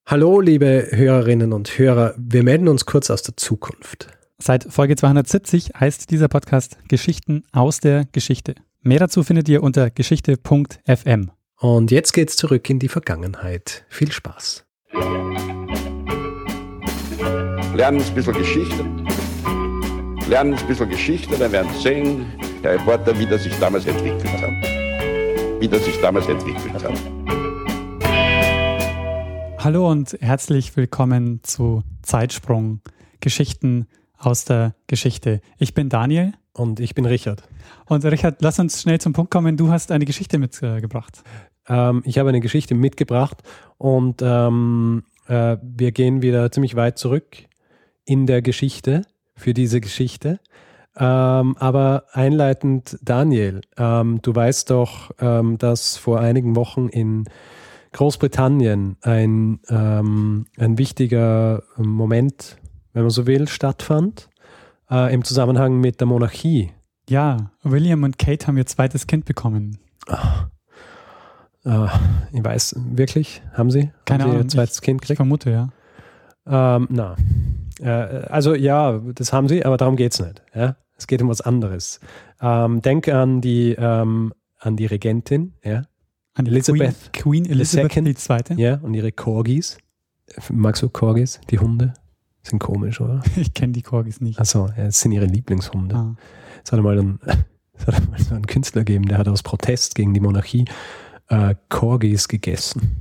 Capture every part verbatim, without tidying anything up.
Hallo, liebe Hörerinnen und Hörer, wir melden uns kurz aus der Zukunft. Seit Folge zweihundertsiebzig heißt dieser Podcast Geschichten aus der Geschichte. Mehr dazu findet ihr unter geschichte punkt f m. Und jetzt geht's zurück in die Vergangenheit. Viel Spaß. Lernen ein bisschen Geschichte. Lernen ein bisschen Geschichte, dann werden Sie sehen, Herr Reporter, wie das sich damals entwickelt hat. Wie das sich damals entwickelt hat. Hallo und herzlich willkommen zu Zeitsprung, Geschichten aus der Geschichte. Ich bin Daniel. Und ich bin Richard. Und Richard, lass uns schnell zum Punkt kommen. Du hast eine Geschichte mitgebracht. Ähm, ich habe eine Geschichte mitgebracht und ähm, äh, wir gehen wieder ziemlich weit zurück in der Geschichte für diese Geschichte. Ähm, aber einleitend, Daniel, ähm, du weißt doch, ähm, dass vor einigen Wochen in Großbritannien ein, ähm, ein wichtiger Moment, wenn man so will, stattfand, äh, im Zusammenhang mit der Monarchie. Ja, William und Kate haben ihr zweites Kind bekommen. Ach, äh, ich weiß, wirklich? Haben sie? Keine haben sie Ahnung, ihr zweites ich, Kind gekriegt? Ich vermute, ja. Ähm, na, äh, also ja, das haben sie, aber darum geht es nicht. Ja? Es geht um was anderes. Ähm, denk an die, ähm, an die Regentin, ja? An Elizabeth, Queen, Queen Elizabeth Second, die Zweite. Ja, und ihre Corgis. Magst du Corgis? Die Hunde? Sind komisch, oder? Ich kenne die Corgis nicht. Achso, ja, das sind ihre Lieblingshunde. Ah. Es hat einmal einen, es hat einmal so einen Künstler gegeben, der hat aus Protest gegen die Monarchie äh, Corgis gegessen.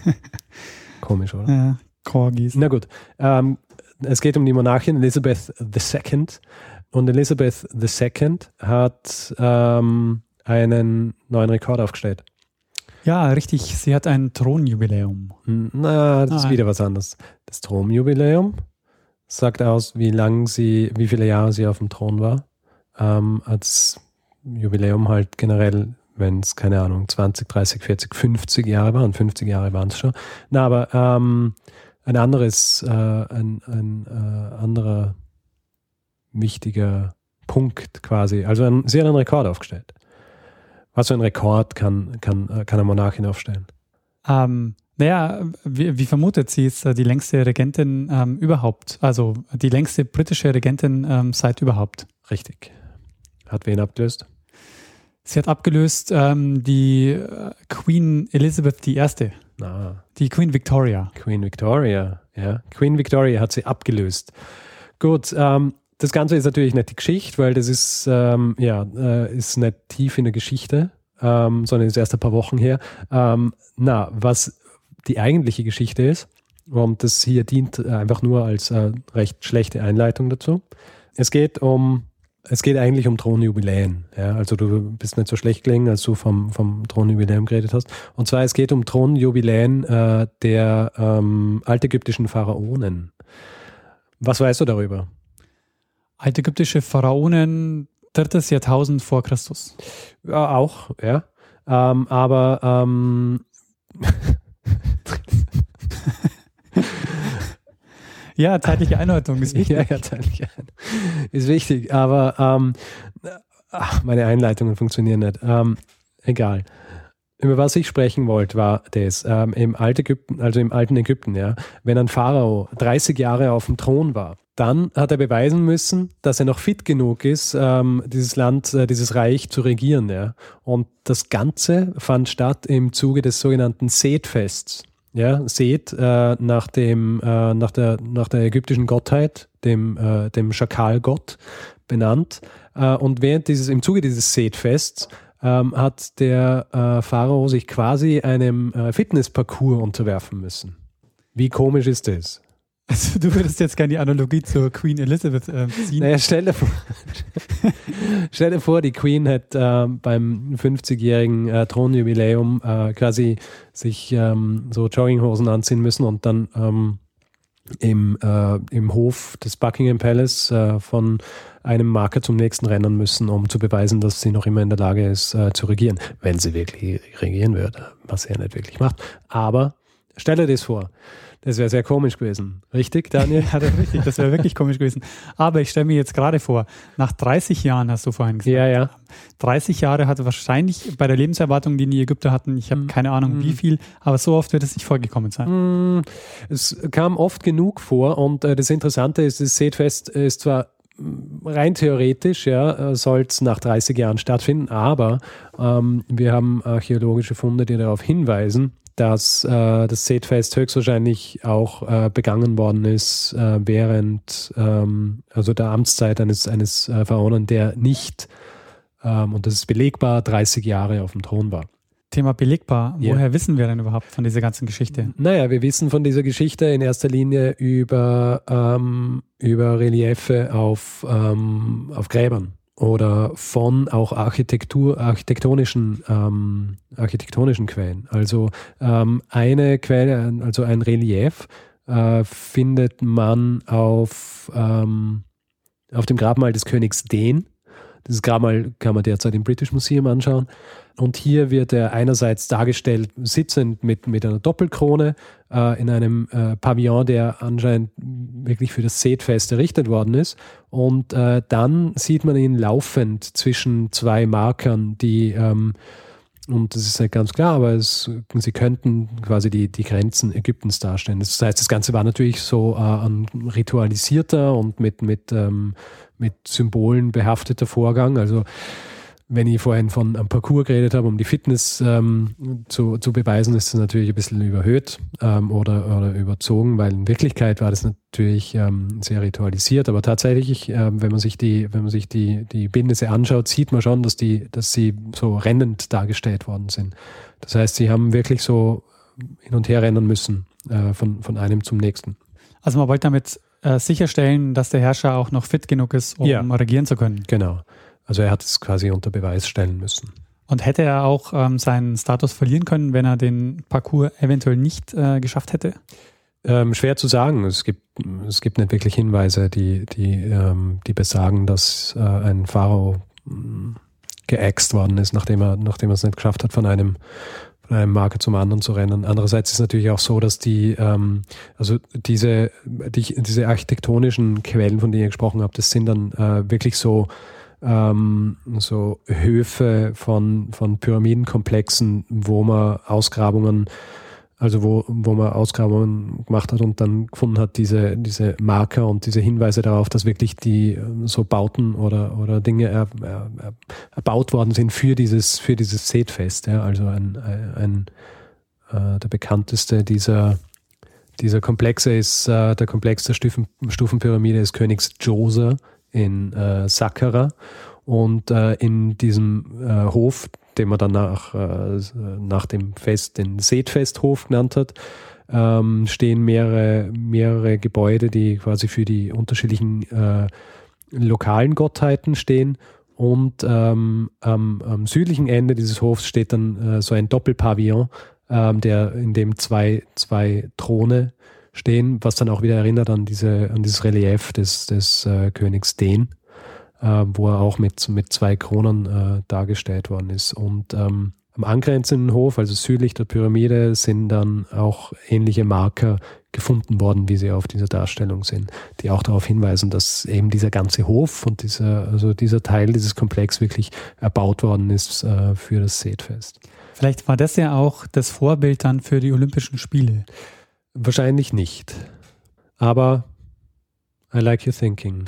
Komisch, oder? Ja, Corgis. Na gut, ähm, es geht um die Monarchin Elizabeth the Second. Und Elizabeth the Second hat ähm, einen neuen Rekord aufgestellt. Ja, richtig. Sie hat ein Thronjubiläum. Na, das ah, ist wieder was anderes. Das Thronjubiläum sagt aus, wie lang sie, wie viele Jahre sie auf dem Thron war. Ähm, als Jubiläum halt generell, wenn es, keine Ahnung, zwanzig, dreißig, vierzig, fünfzig Jahre waren. fünfzig Jahre waren es schon. Na, aber ähm, ein anderes, äh, ein, ein äh, anderer wichtiger Punkt quasi. Also ein, sie hat einen Rekord aufgestellt. Was für ein Rekord kann, kann, kann eine Monarchin aufstellen? Ähm, naja, wie, wie vermutet, sie ist die längste Regentin ähm, überhaupt. Also die längste britische Regentin ähm, seit überhaupt. Richtig. Hat wen abgelöst? Sie hat abgelöst ähm, die äh, Queen Elizabeth die Erste. Na, die Queen Victoria. Queen Victoria, ja. Queen Victoria hat sie abgelöst. Gut, ähm, das Ganze ist natürlich nicht die Geschichte, weil das ist, ähm, ja, äh, ist nicht tief in der Geschichte, ähm, sondern ist erst ein paar Wochen her. Ähm, na, was die eigentliche Geschichte ist, und das hier dient einfach nur als äh, recht schlechte Einleitung dazu. Es geht um, es geht eigentlich um Thronjubiläen. Ja? Also du bist nicht so schlecht gelegen, als du vom, vom Thronjubiläum geredet hast. Und zwar, es geht um Thronjubiläen äh, der ähm, altägyptischen Pharaonen. Was weißt du darüber? Altägyptische Pharaonen, drittes Jahrtausend vor Christus. Ja, auch, ja. Ähm, aber ähm, ja, zeitliche Einordnung ist wichtig. Ja, ja, zeitliche Einordnung ist wichtig. Aber ähm, ach, meine Einleitungen funktionieren nicht. Ähm, egal. Über was ich sprechen wollte, war das, ähm, im Altägypten, also im alten Ägypten, ja, wenn ein Pharao dreißig Jahre auf dem Thron war, dann hat er beweisen müssen, dass er noch fit genug ist, ähm, dieses Land, äh, dieses Reich zu regieren. Ja. Und das Ganze fand statt im Zuge des sogenannten Seth-Fests. Ja, Seth äh, nach, dem, äh, nach, der, nach der ägyptischen Gottheit, dem, äh, dem Schakalgott benannt. Äh, und während dieses, im Zuge dieses Seth-Fests ähm, hat der äh, Pharao sich quasi einem äh, Fitnessparcours unterwerfen müssen. Wie komisch ist das? Also du würdest jetzt gerne die Analogie zur Queen Elizabeth äh, ziehen. Naja, stell dir vor, stell dir vor die Queen hat äh, beim fünfzigjährigen äh, Thronjubiläum äh, quasi sich ähm, so Jogginghosen anziehen müssen und dann ähm, im, äh, im Hof des Buckingham Palace äh, von einem Marker zum nächsten rennen müssen, um zu beweisen, dass sie noch immer in der Lage ist, äh, zu regieren. Wenn sie wirklich regieren würde, was sie ja nicht wirklich macht. Aber stell dir das vor. Das wäre sehr komisch gewesen. Richtig, Daniel? Ja, das ist richtig. Das wäre wirklich komisch gewesen. Aber ich stelle mir jetzt gerade vor, nach dreißig Jahren hast du vorhin gesagt. Ja, ja. dreißig Jahre hatte wahrscheinlich bei der Lebenserwartung, die die Ägypter hatten, ich habe keine Ahnung Mhm. wie viel, aber so oft wird es nicht vorgekommen sein. Es kam oft genug vor und äh, das Interessante ist, das Seth-Fest ist zwar rein theoretisch, ja, soll es nach dreißig Jahren stattfinden, aber ähm, wir haben archäologische Funde, die darauf hinweisen, dass äh, das Seth-Fest höchstwahrscheinlich auch äh, begangen worden ist äh, während ähm, also der Amtszeit eines, eines äh, Pharaonen, der nicht, ähm, und das ist belegbar, dreißig Jahre auf dem Thron war. Thema belegbar. Ja. Woher wissen wir denn überhaupt von dieser ganzen Geschichte? Naja, wir wissen von dieser Geschichte in erster Linie über, ähm, über Reliefe auf, ähm, auf Gräbern oder von auch Architektur, architektonischen, ähm, architektonischen Quellen. Also ähm, eine Quelle, also ein Relief, äh, findet man auf, ähm, auf dem Grabmal des Königs Den. Dieses Grabmal kann man derzeit im British Museum anschauen. Und hier wird er einerseits dargestellt, sitzend mit, mit einer Doppelkrone äh, in einem äh, Pavillon, der anscheinend wirklich für das Seth-Fest errichtet worden ist. Und äh, dann sieht man ihn laufend zwischen zwei Markern, die, ähm, und das ist nicht ganz klar, aber es, sie könnten quasi die, die Grenzen Ägyptens darstellen. Das heißt, das Ganze war natürlich so äh, ein ritualisierter und mit, mit, ähm, mit Symbolen behafteter Vorgang. Also wenn ich vorhin von einem Parcours geredet habe, um die Fitness ähm, zu, zu beweisen, ist das natürlich ein bisschen überhöht ähm, oder, oder überzogen, weil in Wirklichkeit war das natürlich ähm, sehr ritualisiert. Aber tatsächlich, ähm, wenn man sich die, wenn man sich die, die Bildnisse anschaut, sieht man schon, dass die, dass sie so rennend dargestellt worden sind. Das heißt, sie haben wirklich so hin und her rennen müssen äh, von, von einem zum nächsten. Also man wollte damit äh, sicherstellen, dass der Herrscher auch noch fit genug ist, um Ja. regieren zu können. Genau. Also er hat es quasi unter Beweis stellen müssen. Und hätte er auch ähm, seinen Status verlieren können, wenn er den Parcours eventuell nicht äh, geschafft hätte? Ähm, schwer zu sagen. Es gibt, es gibt nicht wirklich Hinweise, die, die, ähm, die besagen, dass äh, ein Pharao mh, geäxt worden ist, nachdem er, nachdem er es nicht geschafft hat, von einem, von einem Marker zum anderen zu rennen. Andererseits ist es natürlich auch so, dass die, ähm, also diese, die, diese architektonischen Quellen, von denen ihr gesprochen habt, das sind dann äh, wirklich so Ähm, so Höfe von, von Pyramidenkomplexen, wo man Ausgrabungen, also wo, wo man Ausgrabungen gemacht hat und dann gefunden hat, diese, diese Marker und diese Hinweise darauf, dass wirklich die so Bauten oder, oder Dinge er, er, er, erbaut worden sind für dieses, für dieses Seth-Fest. Ja? Also ein, ein, äh, der bekannteste dieser, dieser Komplexe ist äh, der Komplex der Stufen, Stufenpyramide des Königs Djoser in äh, Saqqara und äh, in diesem äh, Hof, den man dann nach, äh, nach dem Fest den Seth-Festhof genannt hat, ähm, stehen mehrere, mehrere Gebäude, die quasi für die unterschiedlichen äh, lokalen Gottheiten stehen. Und ähm, am, am südlichen Ende dieses Hofs steht dann äh, so ein Doppelpavillon, ähm, der, in dem zwei, zwei Throne stehen, was dann auch wieder erinnert an diese an dieses Relief des, des äh, Königs Den, äh, wo er auch mit, mit zwei Kronen äh, dargestellt worden ist. Und ähm, am angrenzenden Hof, also südlich der Pyramide, sind dann auch ähnliche Marker gefunden worden, wie sie auf dieser Darstellung sind, die auch darauf hinweisen, dass eben dieser ganze Hof und dieser, also dieser Teil dieses Komplex wirklich erbaut worden ist äh, für das Seth-Fest. Vielleicht war das ja auch das Vorbild dann für die Olympischen Spiele. Wahrscheinlich nicht. Aber I like your thinking.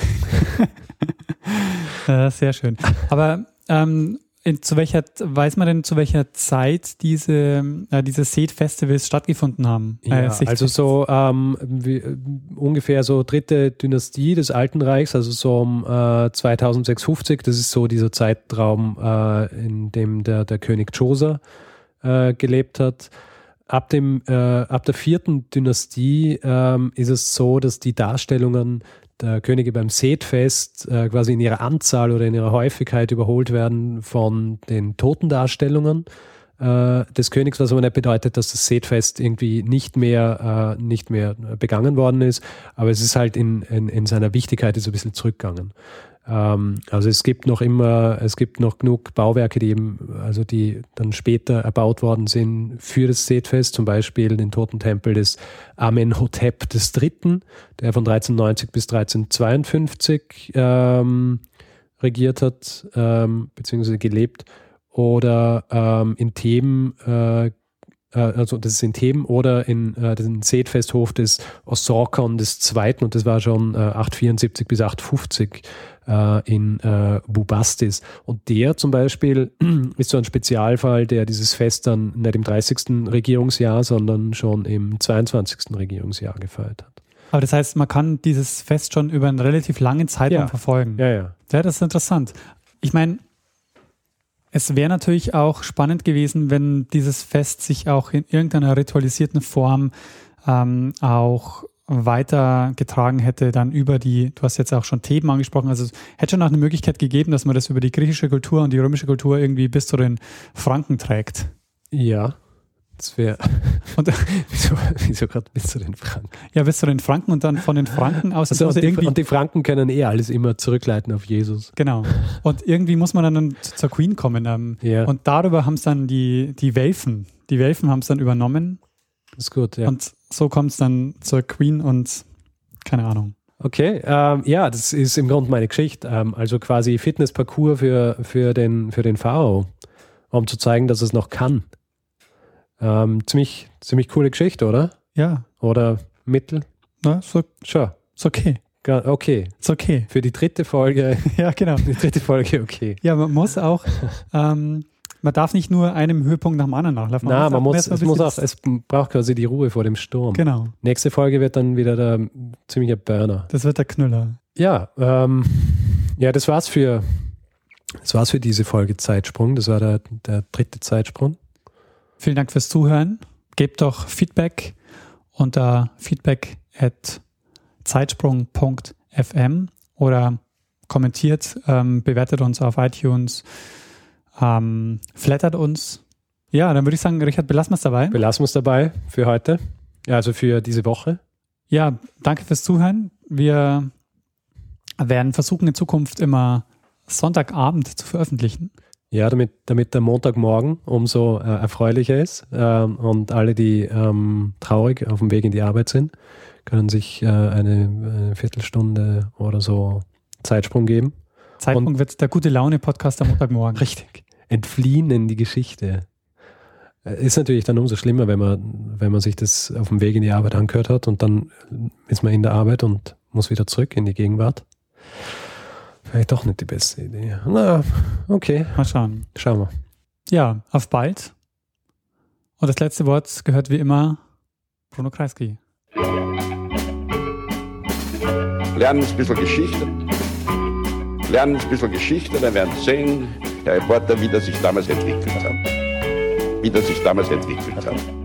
äh, sehr schön. Aber ähm, in, zu welcher, weiß man denn, zu welcher Zeit diese, äh, diese Seth-Festivals stattgefunden haben? Ja, äh, also so ähm, wie, ungefähr so dritte Dynastie des Alten Reichs, also so um äh, zweitausendsechshundertfünfzig, das ist so dieser Zeitraum, äh, in dem der, der König Djoser äh, gelebt hat. Ab, dem, äh, ab der vierten Dynastie ähm, ist es so, dass die Darstellungen der Könige beim Seth-Fest äh, quasi in ihrer Anzahl oder in ihrer Häufigkeit überholt werden von den Totendarstellungen äh, des Königs, was aber nicht bedeutet, dass das Seth-Fest irgendwie nicht mehr, äh, nicht mehr begangen worden ist, aber es ist halt in, in, in seiner Wichtigkeit ist ein bisschen zurückgegangen. Ähm, also es gibt noch immer, es gibt noch genug Bauwerke, die eben, also die dann später erbaut worden sind für das Seth-Fest, zum Beispiel den Totentempel des Amenhotep des Dritten, der von dreizehnhundertneunzig bis dreizehnhundertzweiundfünfzig ähm, regiert hat, ähm, beziehungsweise gelebt, oder ähm, in Theben, äh, also das ist in Theben, oder in äh, den Seth-Festhof des Osorkon des Zweiten, und das war schon äh, achthundertvierundsiebzig bis achthundertfünfzig äh, in äh, Bubastis. Und der zum Beispiel ist so ein Spezialfall, der dieses Fest dann nicht im dreißigsten Regierungsjahr, sondern schon im zweiundzwanzigsten Regierungsjahr gefeiert hat. Aber das heißt, man kann dieses Fest schon über einen relativ langen Zeitraum ja. verfolgen. Ja, ja. Ja, das ist interessant. Ich meine, es wäre natürlich auch spannend gewesen, wenn dieses Fest sich auch in irgendeiner ritualisierten Form ähm, auch weitergetragen hätte, dann über die, du hast jetzt auch schon Theben angesprochen, also es hätte schon auch eine Möglichkeit gegeben, dass man das über die griechische Kultur und die römische Kultur irgendwie bis zu den Franken trägt. Ja, das wäre, wieso, wieso gerade bis zu den Franken? Ja, bis zu den Franken und dann von den Franken aus. Also und, die, irgendwie, und die Franken können eh alles immer zurückleiten auf Jesus. Genau. Und irgendwie muss man dann zur Queen kommen. Ähm, ja. Und darüber haben es dann die, die Welfen, die Welfen haben es dann übernommen. Das ist gut, ja. Und so kommt es dann zur Queen und keine Ahnung. Okay, ähm, ja, das ist im Grunde meine Geschichte. Ähm, also quasi Fitnessparcours für, für, den, für den Pharao, um zu zeigen, dass es noch kann. Ähm, ziemlich, ziemlich coole Geschichte, oder? Ja. Oder Mittel? Na, so, Sure. ist okay. Okay. Ist okay. Für die dritte Folge. Ja, genau. Die dritte Folge, okay. Ja, man muss auch, ähm, man darf nicht nur einem Höhepunkt nach dem anderen nachlaufen. Na, man muss, man es muss auch, es braucht quasi die Ruhe vor dem Sturm. Genau. Nächste Folge wird dann wieder der ziemliche Burner. Das wird der Knüller. Ja, ähm, ja, das war's für, das war's für diese Folge Zeitsprung. Das war der, der dritte Zeitsprung. Vielen Dank fürs Zuhören. Gebt doch Feedback unter feedback at zeitsprung punkt f m oder kommentiert, ähm, bewertet uns auf iTunes, ähm, flattert uns. Ja, dann würde ich sagen, Richard, belassen wir es dabei. Belassen wir es dabei für heute, also für diese Woche. Ja, danke fürs Zuhören. Wir werden versuchen, in Zukunft immer Sonntagabend zu veröffentlichen. Ja, damit, damit der Montagmorgen umso äh, erfreulicher ist ähm, und alle, die ähm, traurig auf dem Weg in die Arbeit sind, können sich äh, eine, eine Viertelstunde oder so Zeitsprung geben. Zeitsprung und wird der gute Laune-Podcast am Montagmorgen. Richtig. Entfliehen in die Geschichte. Ist natürlich dann umso schlimmer, wenn man, wenn man sich das auf dem Weg in die Arbeit angehört hat und dann ist man in der Arbeit und muss wieder zurück in die Gegenwart. Vielleicht doch nicht die beste Idee. Na, okay. Mal schauen. Schauen wir. Ja, auf bald. Und das letzte Wort gehört wie immer Bruno Kreisky. Lernen ein bisschen Geschichte. Lernen ein bisschen Geschichte, dann werden Sie sehen, Herr Reporter, wie das sich damals entwickelt hat. Wie das sich damals entwickelt hat.